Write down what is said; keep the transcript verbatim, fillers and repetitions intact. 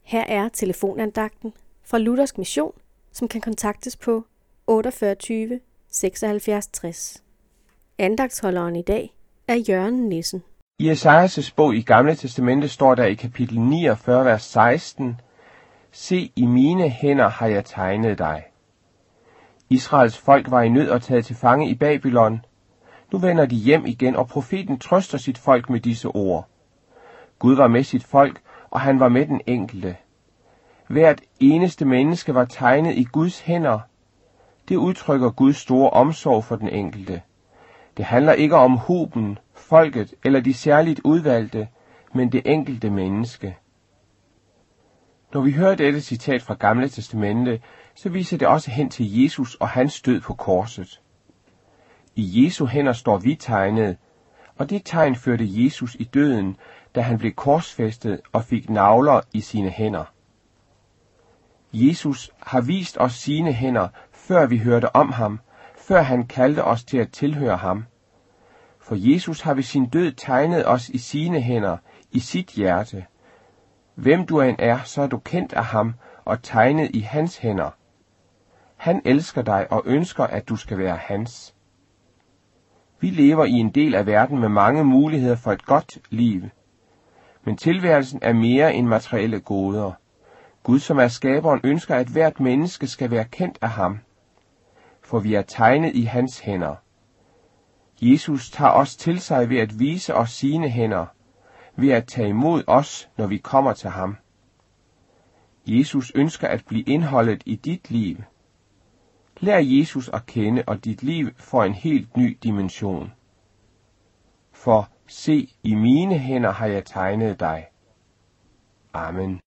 Her er telefonandagten fra Luthersk Mission, som kan kontaktes på otteogfyrre tyve seksoghalvfjerds tres. Andagtsholderen i dag er Jørgen Nissen. I Esajas bog i Gamle Testamente står der i kapitel niogfyrre, vers seksten: Se, i mine hænder har jeg tegnet dig. Israels folk var i nød og taget til fange i Babylon. Nu vender de hjem igen, og profeten trøster sit folk med disse ord. Gud var med sit folk, og han var med den enkelte. Hvert eneste menneske var tegnet i Guds hænder. Det udtrykker Guds store omsorg for den enkelte. Det handler ikke om hoben, folket eller de særligt udvalgte, men det enkelte menneske. Når vi hører dette citat fra Gamle Testamente, så viser det også hen til Jesus og hans død på korset. I Jesu hænder står vi tegnet, og det tegn førte Jesus i døden, da han blev korsfæstet og fik nagler i sine hænder. Jesus har vist os sine hænder, før vi hørte om ham, før han kaldte os til at tilhøre ham. For Jesus har ved sin død tegnet os i sine hænder, i sit hjerte. Hvem du end er, så er du kendt af ham og tegnet i hans hænder. Han elsker dig og ønsker, at du skal være hans. Vi lever i en del af verden med mange muligheder for et godt liv. Men tilværelsen er mere end materielle goder. Gud, som er skaberen, ønsker, at hvert menneske skal være kendt af ham. For vi er tegnet i hans hænder. Jesus tager os til sig ved at vise os sine hænder, ved at tage imod os, når vi kommer til ham. Jesus ønsker at blive indholdet i dit liv. Lær Jesus at kende, og dit liv får en helt ny dimension. For se, i mine hænder har jeg tegnet dig. Amen.